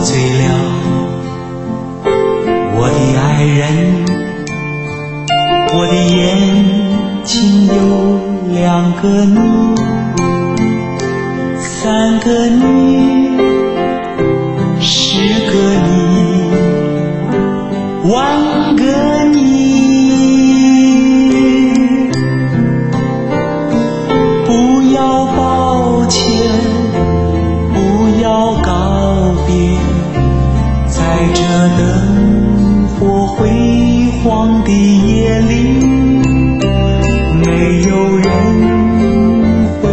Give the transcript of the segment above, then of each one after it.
醉了，我的爱人，我的眼睛有2个你，3个你，10个你，10000个你。不要抱歉，不要告别，在这灯火辉煌的夜里，没有人会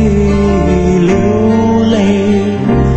流泪。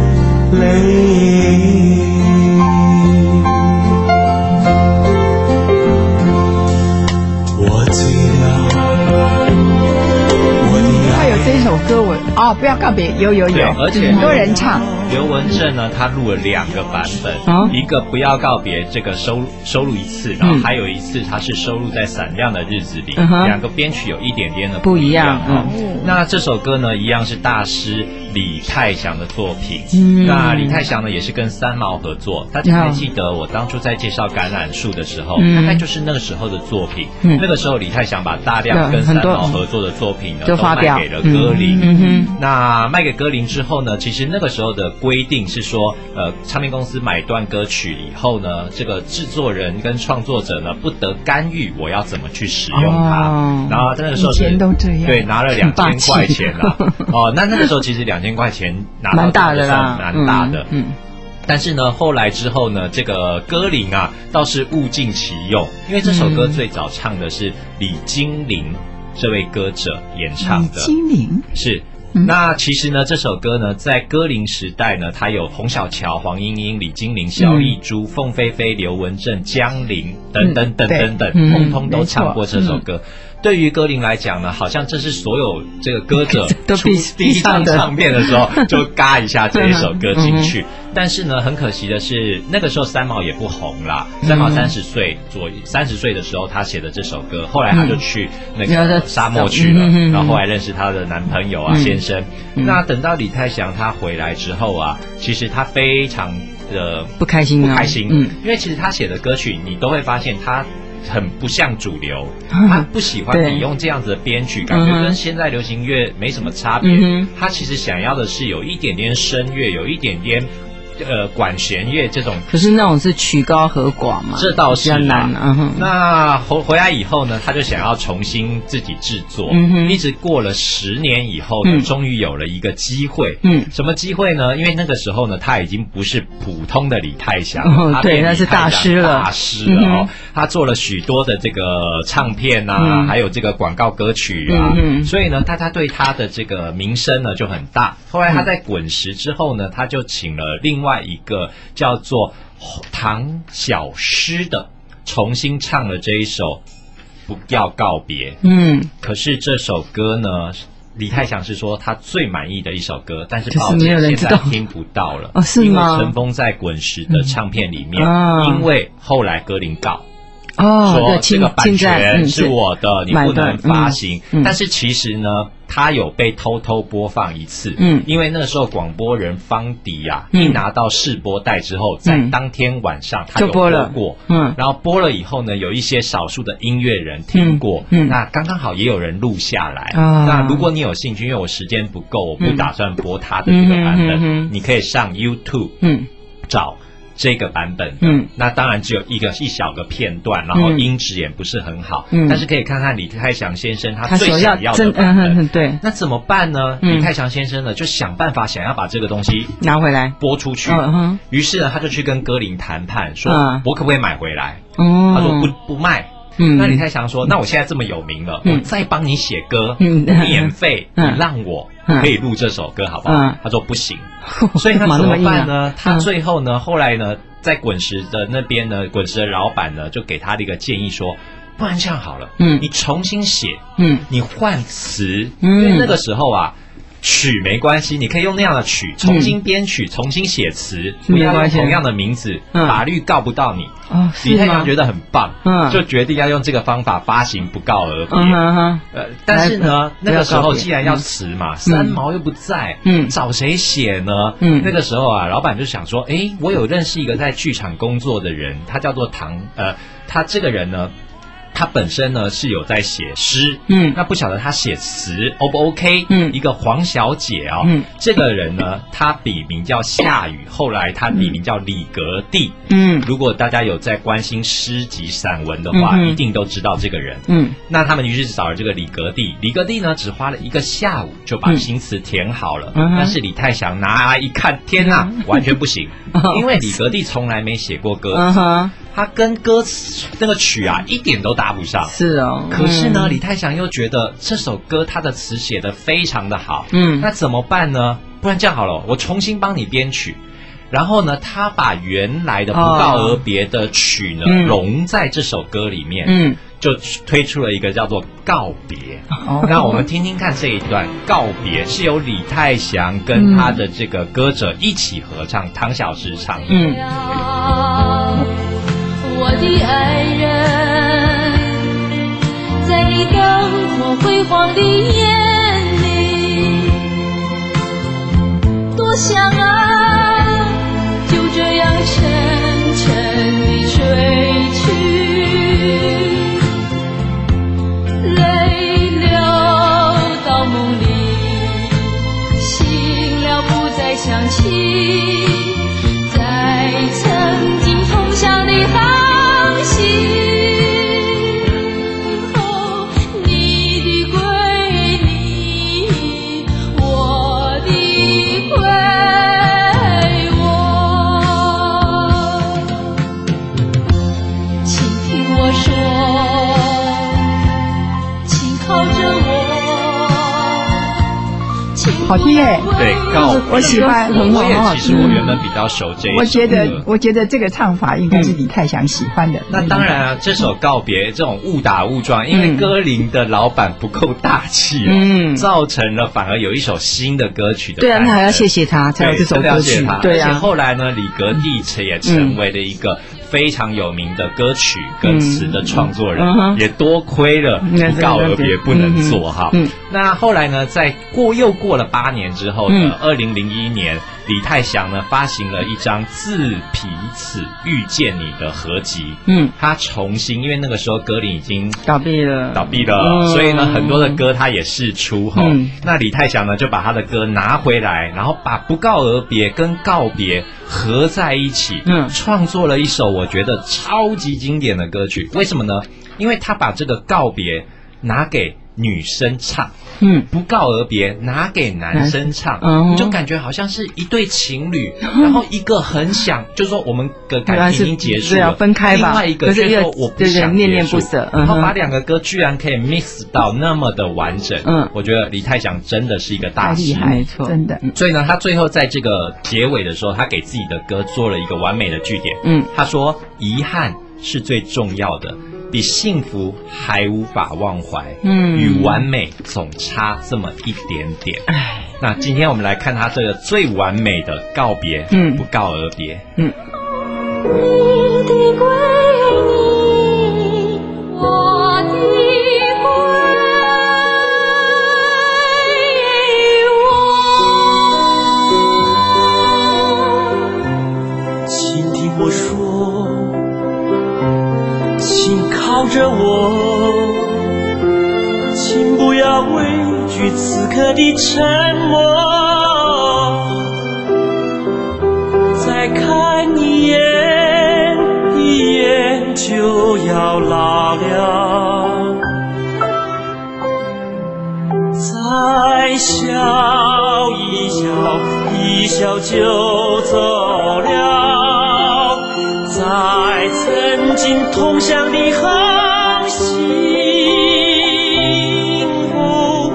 我醉了， 他有这首歌不要告别，有， 而且很多人唱。 刘文正呢，他录了2个版本，一个不要告别这个收录一次，然后还有一次他是收录在闪亮的日子里，2个编曲有一点点的不一样。那这首歌呢，一样是大师李泰祥的作品。那李泰祥呢，也是跟三毛合作。大家还记得我当初在介绍橄榄树的时候，大概就是那个时候的作品。那个时候李泰祥把大量跟三毛合作的作品呢，都卖给了歌林。那卖给歌林之后呢，其实那个时候的规定是说，唱片公司买断歌曲以后呢，这个制作人跟创作者呢不得干预我要怎么去使用它。然后那个时候是以前都这样， 对，拿了2000块钱啦。那个时候其实2000块钱拿到蛮大的啦， 蛮大的。但是呢，后来之后呢，这个歌林啊倒是物尽其用，因为这首歌最早唱的是李金玲这位歌者演唱的。 李金玲是。那其实呢，这首歌呢，在歌林时代呢，它有洪小乔、黄莺莺、李金玲、萧丽珠、凤飞飞、刘文正、江玲等等等等等，通通都唱过这首歌。对于歌林来讲呢，好像这是所有这个歌者出第一张唱片的时候就嘎一下这一首歌进去。但是呢，很可惜的是，那个时候三毛也不红啦。三毛30岁的时候，他写的这首歌，后来他就去那个沙漠去了，然后后来认识他的男朋友啊先生。那等到李泰祥他回来之后啊，其实他非常的不开心，因为其实他写的歌曲，你都会发现他很不像主流，他不喜欢你用这样子的编曲，感觉跟现在流行乐没什么差别。他其实想要的是有一点点声乐，有一点点管弦乐这种。可是那种是曲高和寡嘛， 这倒是比较难。 那回来以后呢，他就想要重新自己制作。一直过了10年以后呢，终于有了一个机会。什么机会呢？因为那个时候呢，他已经不是普通的李泰祥了， 对，那是大师了。 他做了许多的这个唱片啊，还有这个广告歌曲啊，所以呢，大家对他的这个名声呢就很大。后来他在滚石之后呢，他就请了另外一个叫做唐小诗的，重新唱了这一首《不要告别》。可是这首歌呢，李泰祥是说他最满意的一首歌，但是抱歉现在听不到了。是吗？因为尘封在滚石的唱片里面，因为后来歌林告。说这个版权是我的，你不能发行。但是其实呢，他有被偷偷播放一次。因为那个时候广播人方迪啊，一拿到试播带之后，在当天晚上他有播过。然后播了以后呢，有一些少数的音乐人听过。那刚刚好也有人录下来。那如果你有兴趣，因为我时间不够，我不打算播他的这个版本，你可以上 YouTube 找这个版本的。那当然只有一小个片段，然后音质也不是很好，但是可以看看李泰祥先生他最想要的版本。对，那怎么办呢？李泰祥先生呢就想办法想要把这个东西拿回来播出去。于是呢，他就去跟歌林谈判，说我可不可以买回来？他说不卖。那李泰祥说，那我现在这么有名了，我再帮你写歌，免费，你让我可以录这首歌好不好？他说不行。所以他怎么办呢？他最后呢，后来呢，在滚石的那边呢，滚石的老板呢就给他的一个建议说，不然这样好了，你重新写，你换词，因为那个时候啊， 曲没关系，你可以用那样的曲重新编曲，重新写词，不要用同样的名字，法律告不到你。李泰祥觉得很棒，就决定要用这个方法发行不告而别。但是呢，那个时候既然要词嘛，三毛又不在，找谁写呢？那个时候啊，老板就想说，我有认识一个在剧场工作的人，他叫做他这个人呢，他本身呢是有在写诗，那不晓得他写词 O 不 OK？一个黄小姐这个人呢，他笔名叫夏雨，后来他笔名叫李格弟。如果大家有在关心诗集散文的话，一定都知道这个人。那他们于是找了这个李格弟，李格弟呢只花了一个下午就把新词填好了，但是李泰祥拿来一看，天哪，完全不行，因为李格弟从来没写过歌词。他跟歌词那个曲啊一点都搭不上， 是哦。 可是呢，李泰祥又觉得这首歌他的词写得非常的好，那怎么办呢？不然这样好了，我重新帮你编曲，然后呢，他把原来的不告而别的曲呢融在这首歌里面，就推出了一个叫做告别。那我们听听看这一段告别，是由李泰祥跟他的这个歌者一起合唱，唐小时唱的。 我的爱人，在你灯火辉煌的眼里，多想啊，就这样沉沉地睡去，泪流到梦里，醒了不再想起，在曾经同乡的航行后，你的归你，我的归我，请听我说，请靠着我。 好听耶！ 对，告别我喜欢，很好。 其实我原本比较熟这一首。 我觉得这个唱法应该是李泰祥喜欢的。 那当然啊，这首告别这种误打误撞，因为歌林的老板不够大气，造成了反而有一首新的歌曲的。 对啊，那还要谢谢他才有这首歌曲。对啊， 而且后来呢，李格弟也成为了一个非常有名的歌曲跟词的创作人，也多亏了不告而别不能做哈。那后来呢，又过了8年之后呢，2001年，李泰祥呢发行了一张《自彼此遇见你》的合集。他重新，因为那个时候歌林已经倒闭了，所以呢很多的歌他也释出哈。那李泰祥呢就把他的歌拿回来，然后把不告而别跟告别合在一起，创作了一首我觉得超级经典的歌曲。为什么呢？因为他把这个告别拿给女生唱，不告而别拿给男生唱，你就感觉好像是一对情侣，然后一个很想，就是说我们的感情已经结束了，分开吧，另外一个就是说我不想恋恋不舍， 然后把两个歌居然可以 mix 到那么的完整，我觉得李泰祥真的是一个大师， 没错，真的。 所以呢，他最后在这个结尾的时候，他给自己的歌做了一个完美的句点，他说遗憾是最重要的，比幸福还无法忘怀，与完美总差这么一点点。那今天我们来看他这个最完美的告别，不告而别。 你的归你，我的归我，请听我说，请靠着我，请不要畏惧此刻的沉默，再看一眼，一眼就要老了，再笑一笑，一笑就走了，在曾经同乡的航行后，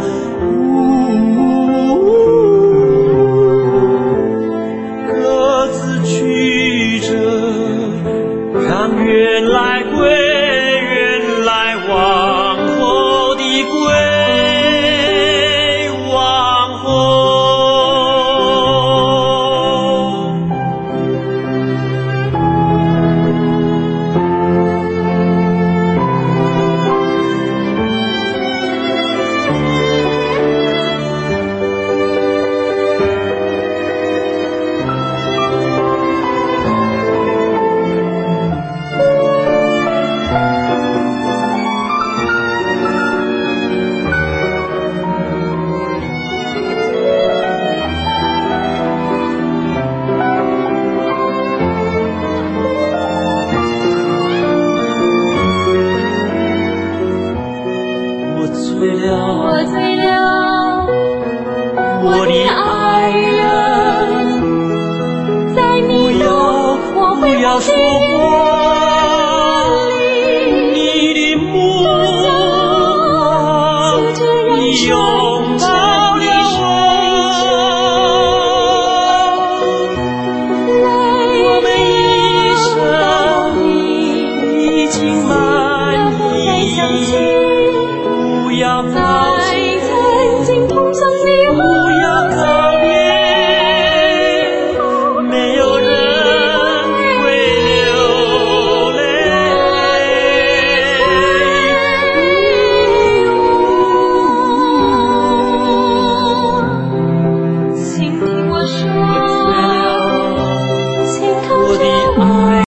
各自曲折，让缘来归缘来，往后的归往后。 的爱人，在你的不要说谎。